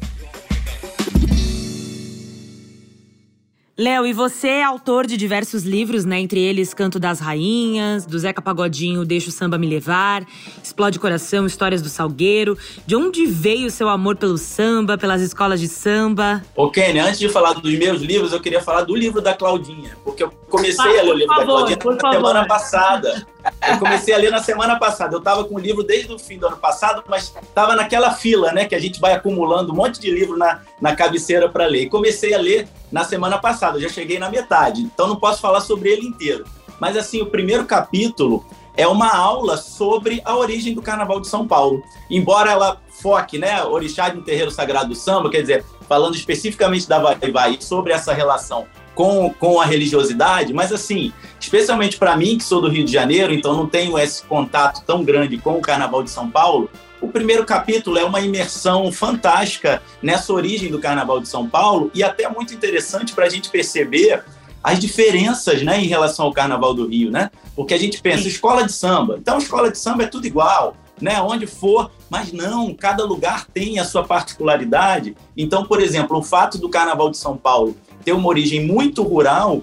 Léo, e você é autor de diversos livros, né? Entre eles Canto das Rainhas, do Zeca Pagodinho, Deixa o Samba Me Levar, Explode Coração, Histórias do Salgueiro. De onde veio o seu amor pelo samba, pelas escolas de samba? Ô, Kênia, antes de falar dos meus livros, eu queria falar do livro da Claudinha, porque eu comecei a ler o livro da Claudinha na semana passada. Eu comecei a ler na semana passada. Eu estava com o livro desde o fim do ano passado, mas estava naquela fila, né, que a gente vai acumulando um monte de livro na cabeceira para ler. E comecei a ler na semana passada, eu já cheguei na metade, então não posso falar sobre ele inteiro. Mas, assim, o primeiro capítulo é uma aula sobre a origem do Carnaval de São Paulo. Embora ela foque, né, orixá de um terreiro sagrado do samba, quer dizer, falando especificamente da Vai sobre essa relação com a religiosidade, mas assim, especialmente para mim, que sou do Rio de Janeiro, então não tenho esse contato tão grande com o Carnaval de São Paulo, o primeiro capítulo é uma imersão fantástica nessa origem do Carnaval de São Paulo e até muito interessante para a gente perceber as diferenças, né, em relação ao Carnaval do Rio, né? Porque a gente pensa, escola de samba, então escola de samba é tudo igual, né, onde for, mas não, cada lugar tem a sua particularidade. Então, por exemplo, o fato do Carnaval de São Paulo ter uma origem muito rural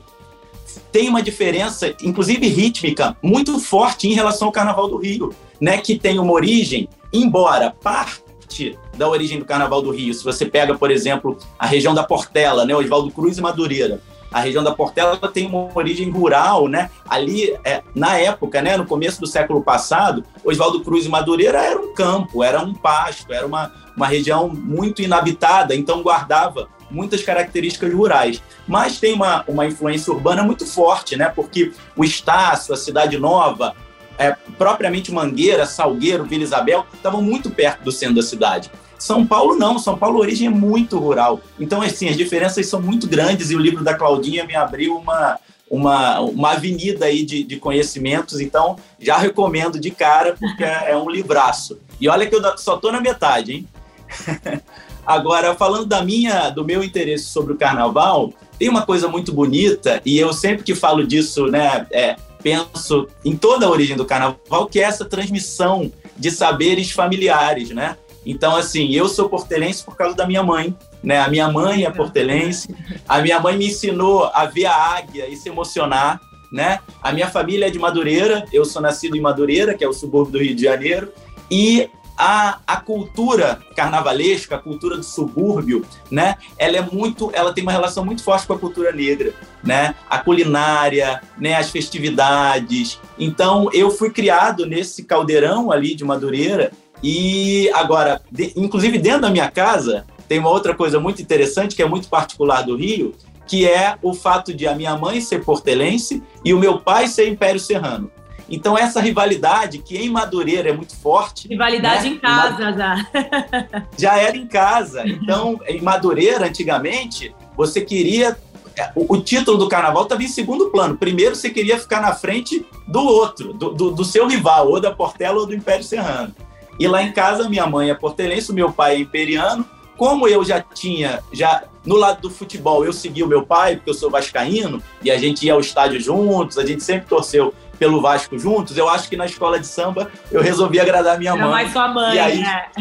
tem uma diferença, inclusive rítmica, muito forte em relação ao Carnaval do Rio, né, que tem uma origem, embora parte da origem do Carnaval do Rio, se você pega, por exemplo, a região da Portela, né, Oswaldo Cruz e Madureira, a região da Portela tem uma origem rural, né? Ali, na época, né, no começo do século passado, Oswaldo Cruz e Madureira era um campo, era um pasto, era uma região muito inabitada, então guardava muitas características rurais. Mas tem uma influência urbana muito forte, né? Porque o Estácio, a Cidade Nova, propriamente Mangueira, Salgueiro, Vila Isabel, estavam muito perto do centro da cidade. São Paulo não, São Paulo a origem é muito rural. Então, assim, as diferenças são muito grandes e o livro da Claudinha me abriu uma avenida aí de conhecimentos, então já recomendo de cara, porque é um livraço. E olha que eu só estou na metade, hein? Agora, falando do meu interesse sobre o carnaval, tem uma coisa muito bonita, e eu sempre que falo disso, né, penso em toda a origem do carnaval, que é essa transmissão de saberes familiares, né? Então, assim, eu sou portelense por causa da minha mãe, né? A minha mãe é portelense, a minha mãe me ensinou a ver a águia e se emocionar, né? A minha família é de Madureira, eu sou nascido em Madureira, que é o subúrbio do Rio de Janeiro, e a cultura carnavalesca, a cultura do subúrbio, né? Ela tem uma relação muito forte com a cultura negra, né? A culinária, né? As festividades. Então, eu fui criado nesse caldeirão ali de Madureira e agora, inclusive dentro da minha casa, tem uma outra coisa muito interessante, que é muito particular do Rio, que é o fato de a minha mãe ser portelense e o meu pai ser Império Serrano. Então, essa rivalidade, que em Madureira é muito forte... Rivalidade, né? Em casa, já. Já era em casa. Então, em Madureira, antigamente, você queria... O título do carnaval estava em segundo plano. Primeiro, você queria ficar na frente do outro, do seu rival, ou da Portela ou do Império Serrano. E lá em casa, minha mãe é portelense, o meu pai é imperiano. Como eu já no lado do futebol, eu segui o meu pai, porque eu sou vascaíno, e a gente ia ao estádio juntos, a gente sempre torceu pelo Vasco juntos, eu acho que na escola de samba eu resolvi agradar minha mãe. Não mais sua mãe, e aí,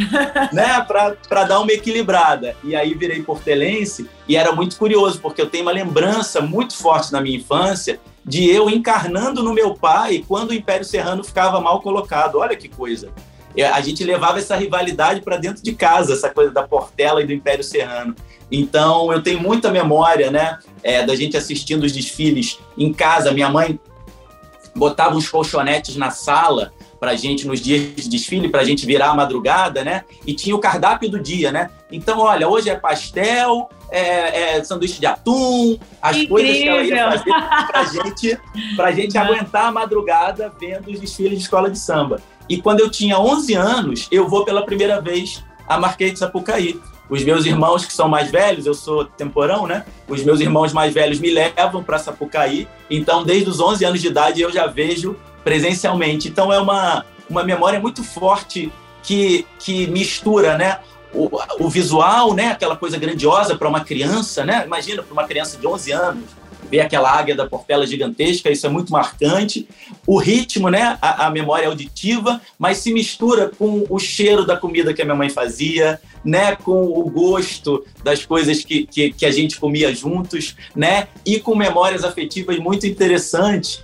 né? Para dar uma equilibrada. E aí virei portelense, e era muito curioso, porque eu tenho uma lembrança muito forte na minha infância de eu encarnando no meu pai quando o Império Serrano ficava mal colocado. Olha que coisa. A gente levava essa rivalidade para dentro de casa, essa coisa da Portela e do Império Serrano. Então, eu tenho muita memória, né, da gente assistindo os desfiles em casa. Minha mãe botava uns colchonetes na sala pra gente, nos dias de desfile, pra gente virar a madrugada, né? E tinha o cardápio do dia, né? Então, olha, hoje é pastel, sanduíche de atum, as coisas que ela ia fazer pra gente aguentar a madrugada vendo os desfiles de escola de samba. E quando eu tinha 11 anos, eu vou pela primeira vez a Marquês de Sapucaí. Os meus irmãos que são mais velhos, eu sou temporão, né? Os meus irmãos mais velhos me levam para Sapucaí. Então, desde os 11 anos de idade, eu já vejo presencialmente. Então, é uma memória muito forte que mistura, né? O visual, né? Aquela coisa grandiosa para uma criança, né? Imagina, para uma criança de 11 anos, ver aquela águia da Portela gigantesca, isso é muito marcante. O ritmo, né? A memória auditiva, mas se mistura com o cheiro da comida que a minha mãe fazia, né? Com o gosto das coisas que a gente comia juntos, né? E com memórias afetivas muito interessantes,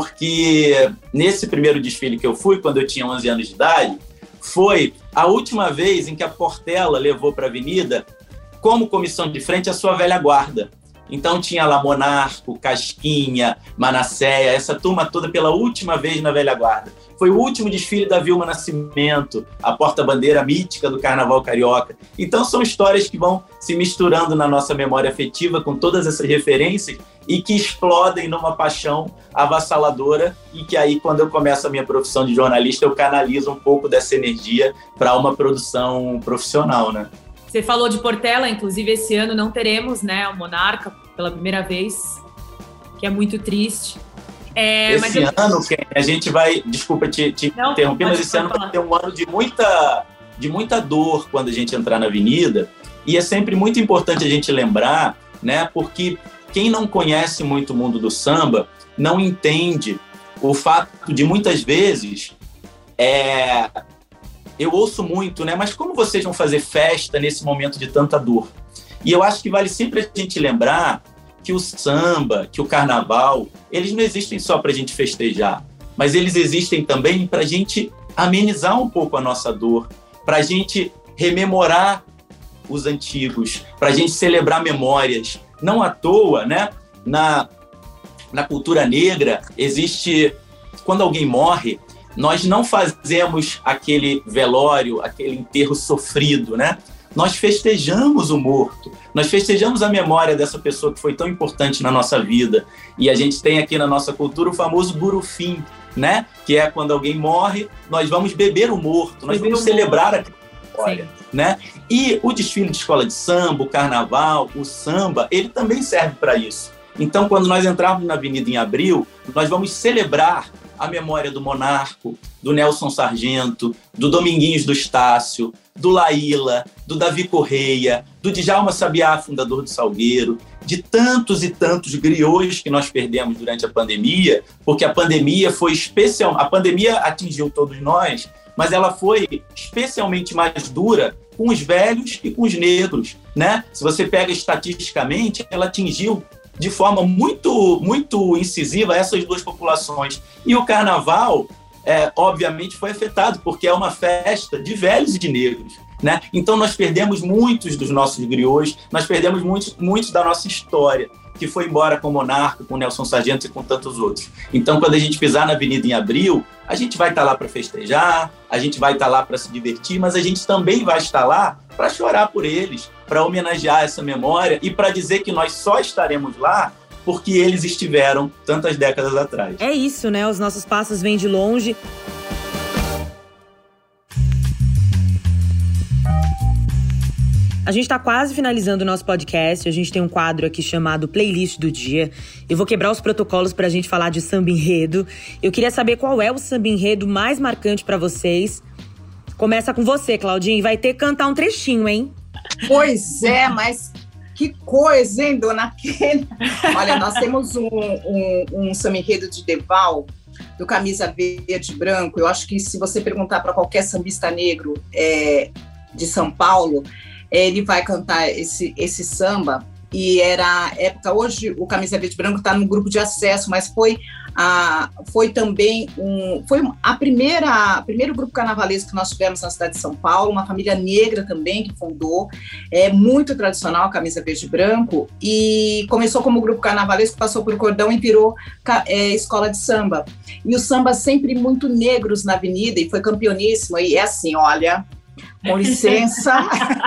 porque nesse primeiro desfile que eu fui, quando eu tinha 11 anos de idade, foi a última vez em que a Portela levou para a avenida, como comissão de frente, a sua velha guarda. Então tinha lá Monarco, Casquinha, Manasséia, essa turma toda pela última vez na velha guarda. Foi o último desfile da Vilma Nascimento, a porta-bandeira mítica do Carnaval Carioca. Então são histórias que vão se misturando na nossa memória afetiva com todas essas referências e que explodem numa paixão avassaladora e que aí, quando eu começo a minha profissão de jornalista, eu canalizo um pouco dessa energia para uma produção profissional, né? Você falou de Portela, inclusive esse ano não teremos, né, o Monarca pela primeira vez, que é muito triste. Esse ano, a gente vai... Desculpa te interromper, mas esse ano vai ter um ano de muita dor quando a gente entrar na avenida, e é sempre muito importante a gente lembrar, né, porque quem não conhece muito o mundo do samba não entende o fato de, muitas vezes, eu ouço muito, né? Mas como vocês vão fazer festa nesse momento de tanta dor? E eu acho que vale sempre a gente lembrar que o samba, que o carnaval, eles não existem só para a gente festejar, mas eles existem também para a gente amenizar um pouco a nossa dor, para a gente rememorar os antigos, para a gente celebrar memórias. Não à toa, né? Na cultura negra, existe... Quando alguém morre, nós não fazemos aquele velório, aquele enterro sofrido, né? Nós festejamos o morto, nós festejamos a memória dessa pessoa que foi tão importante na nossa vida. E a gente tem aqui na nossa cultura o famoso burufim, né? Que é quando alguém morre, nós vamos beber o morto, nós vamos celebrar aquela história, né? E o desfile de escola de samba, o carnaval, o samba, ele também serve para isso. Então, quando nós entrarmos na avenida em abril, nós vamos celebrar a memória do Monarco, do Nelson Sargento, do Dominguinhos do Estácio, do Laíla, do Davi Correia, do Djalma Sabiá, fundador do Salgueiro, de tantos e tantos griots que nós perdemos durante a pandemia, porque a pandemia foi especial. A pandemia atingiu todos nós, mas ela foi especialmente mais dura com os velhos e com os negros, né? Se você pega estatisticamente, ela atingiu de forma muito, muito incisiva essas duas populações. E o carnaval, obviamente, foi afetado, porque é uma festa de velhos e de negros, né? Então, nós perdemos muitos dos nossos griots, nós perdemos muitos da nossa história, que foi embora com o Monarca, com o Nelson Sargento e com tantos outros. Então, quando a gente pisar na Avenida em abril, a gente vai estar lá para festejar, a gente vai estar lá para se divertir, mas a gente também vai estar lá para chorar por eles, para homenagear essa memória e para dizer que nós só estaremos lá porque eles estiveram tantas décadas atrás. É isso, né? Os nossos passos vêm de longe. A gente tá quase finalizando o nosso podcast. A gente tem um quadro aqui chamado Playlist do Dia. Eu vou quebrar os protocolos pra gente falar de samba enredo. Eu queria saber qual é o samba enredo mais marcante pra vocês. Começa com você, Claudinha, e vai ter que cantar um trechinho, hein? Pois é, mas que coisa, hein, dona Kênia? Olha, nós temos um samba enredo de Deval, do Camisa Verde e Branco. Eu acho que se você perguntar para qualquer sambista negro de São Paulo, ele vai cantar esse samba. E era época, hoje o Camisa Verde e Branco está no grupo de acesso, mas foi também primeiro grupo carnavalesco que nós tivemos na cidade de São Paulo, uma família negra também que fundou, muito tradicional, Camisa Verde e Branco, e começou como grupo carnavalesco, passou por cordão e virou escola de samba. E os sambas sempre muito negros na avenida, e foi campeoníssimo, e é assim, olha, com licença...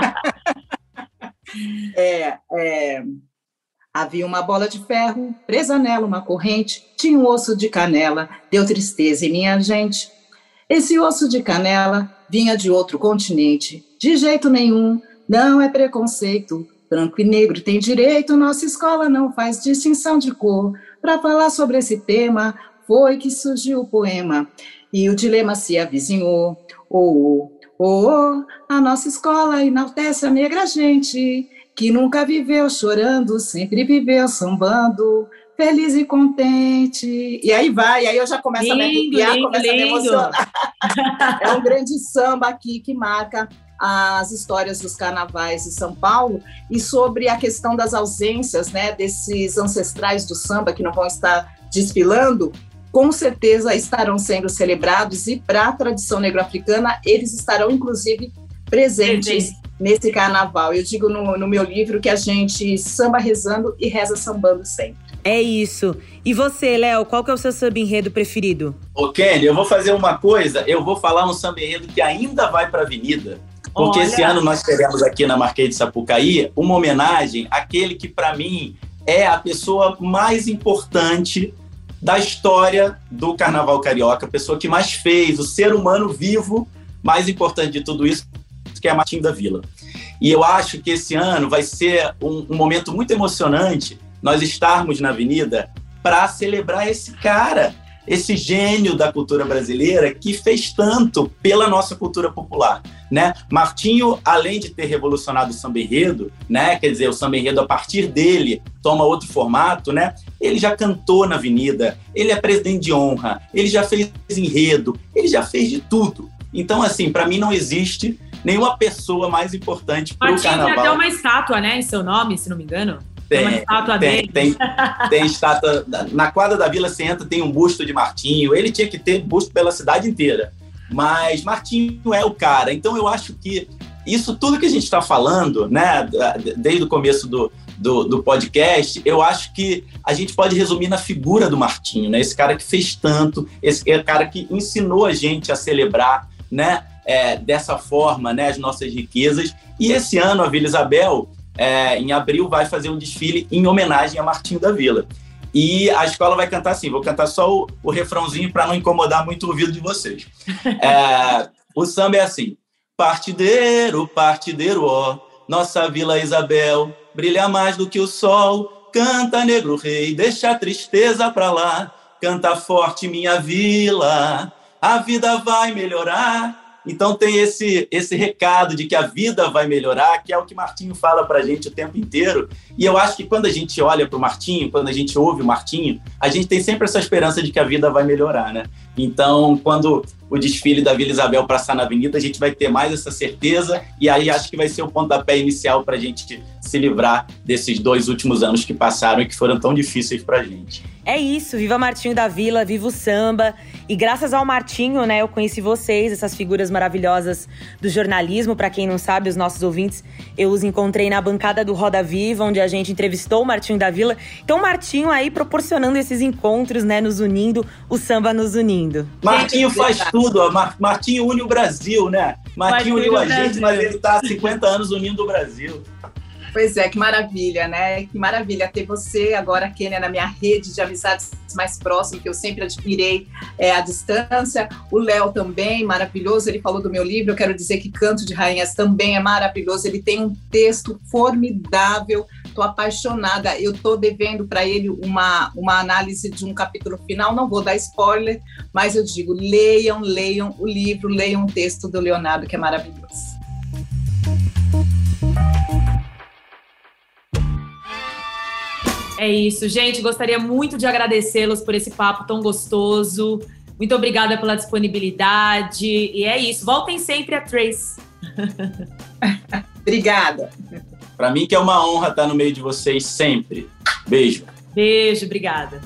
Havia uma bola de ferro, presa nela uma corrente, tinha um osso de canela, deu tristeza em minha gente. Esse osso de canela vinha de outro continente, de jeito nenhum, não é preconceito. Branco e negro tem direito, nossa escola não faz distinção de cor. Para falar sobre esse tema, foi que surgiu o poema, e o dilema se avizinhou. A nossa escola enaltece a negra gente, que nunca viveu chorando, sempre viveu sambando, feliz e contente. E aí eu já começo a me arrepiar, começo a me emocionar. É um grande samba aqui que marca as histórias dos carnavais de São Paulo e sobre a questão das ausências, né, desses ancestrais do samba que não vão estar desfilando, com certeza estarão sendo celebrados, e para a tradição negro-africana eles estarão inclusive presentes nesse carnaval. Eu digo no meu livro que a gente samba rezando e reza sambando sempre. É isso. E você, Léo, qual que é o seu samba enredo preferido? Ô, Kenny, eu vou fazer uma coisa, eu vou falar um samba enredo que ainda vai para a avenida, porque esse ano nós teremos aqui na Marquês de Sapucaí uma homenagem àquele que para mim é a pessoa mais importante da história do Carnaval Carioca, a pessoa que mais fez, o ser humano vivo mais importante de tudo isso, que é Martinho da Vila. E eu acho que esse ano vai ser um momento muito emocionante nós estarmos na avenida para celebrar esse cara, esse gênio da cultura brasileira que fez tanto pela nossa cultura popular, né? Martinho, além de ter revolucionado o samba enredo, né? Quer dizer, o samba enredo, a partir dele, toma outro formato, né? Ele já cantou na avenida, ele é presidente de honra, ele já fez enredo, ele já fez de tudo. Então, assim, para mim não existe nenhuma pessoa mais importante para o carnaval. Tem até uma estátua, né, em seu nome, se não me engano. Tem uma estátua dele. Tem estátua. Na quadra da Vila, você entra, tem um busto de Martinho. Ele tinha que ter busto pela cidade inteira. Mas Martinho é o cara. Então, eu acho que isso tudo que a gente está falando, né, desde o começo do podcast, eu acho que a gente pode resumir na figura do Martinho, né? Esse cara que fez tanto, esse cara que ensinou a gente a celebrar, né, dessa forma, né, as nossas riquezas. E esse ano a Vila Isabel, em abril, vai fazer um desfile em homenagem a Martinho da Vila. E a escola vai cantar assim, vou cantar só o refrãozinho para não incomodar muito o ouvido de vocês. O samba é assim: partideiro, partideiro, ó, nossa Vila Isabel brilha mais do que o sol, canta negro rei, deixa a tristeza pra lá, canta forte minha vila, a vida vai melhorar. Então tem esse recado de que a vida vai melhorar, que é o que Martinho fala pra gente o tempo inteiro. E eu acho que quando a gente olha pro Martinho, quando a gente ouve o Martinho, a gente tem sempre essa esperança de que a vida vai melhorar, né? Então, quando o desfile da Vila Isabel passar na avenida, a gente vai ter mais essa certeza, e aí acho que vai ser o pontapé inicial para a gente se livrar desses 2 últimos anos que passaram e que foram tão difíceis para a gente. É isso, viva Martinho da Vila, viva o samba. E graças ao Martinho, né, eu conheci vocês, essas figuras maravilhosas do jornalismo. Para quem não sabe, os nossos ouvintes, eu os encontrei na bancada do Roda Viva, onde a gente entrevistou o Martinho da Vila. Então, o Martinho aí proporcionando esses encontros, né, nos unindo, o samba nos unindo. Martinho faz tudo, ó. Martinho une o Brasil, né? Martinho uniu a gente, mas ele tá há 50 anos unindo o Brasil. Pois é, que maravilha, né? Que maravilha ter você agora, Kênia, na minha rede de amizades mais próximas, que eu sempre admirei à distância. O Léo também, maravilhoso, ele falou do meu livro, eu quero dizer que Canto de Rainhas também é maravilhoso, ele tem um texto formidável, estou apaixonada, eu estou devendo para ele uma análise de um capítulo final, não vou dar spoiler, mas eu digo, leiam o livro, leiam o texto do Leonardo, que é maravilhoso. É isso, gente. Gostaria muito de agradecê-los por esse papo tão gostoso. Muito obrigada pela disponibilidade. E é isso. Voltem sempre a Trace. Obrigada. Para mim que é uma honra estar no meio de vocês sempre. Beijo. Beijo, obrigada.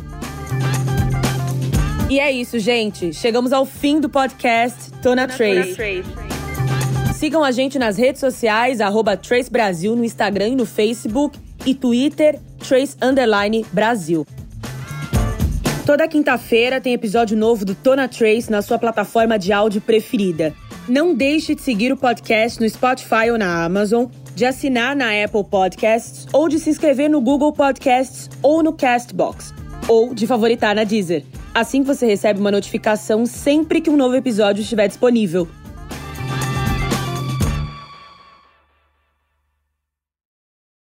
E é isso, gente. Chegamos ao fim do podcast Tona Trace. Sigam a gente nas redes sociais, @TraceBrasil no Instagram e no Facebook e Twitter, Trace_Brasil. Toda quinta-feira tem episódio novo do Tona Trace na sua plataforma de áudio preferida. Não deixe de seguir o podcast no Spotify ou na Amazon, de assinar na Apple Podcasts ou de se inscrever no Google Podcasts ou no Castbox, ou de favoritar na Deezer. Assim você recebe uma notificação sempre que um novo episódio estiver disponível.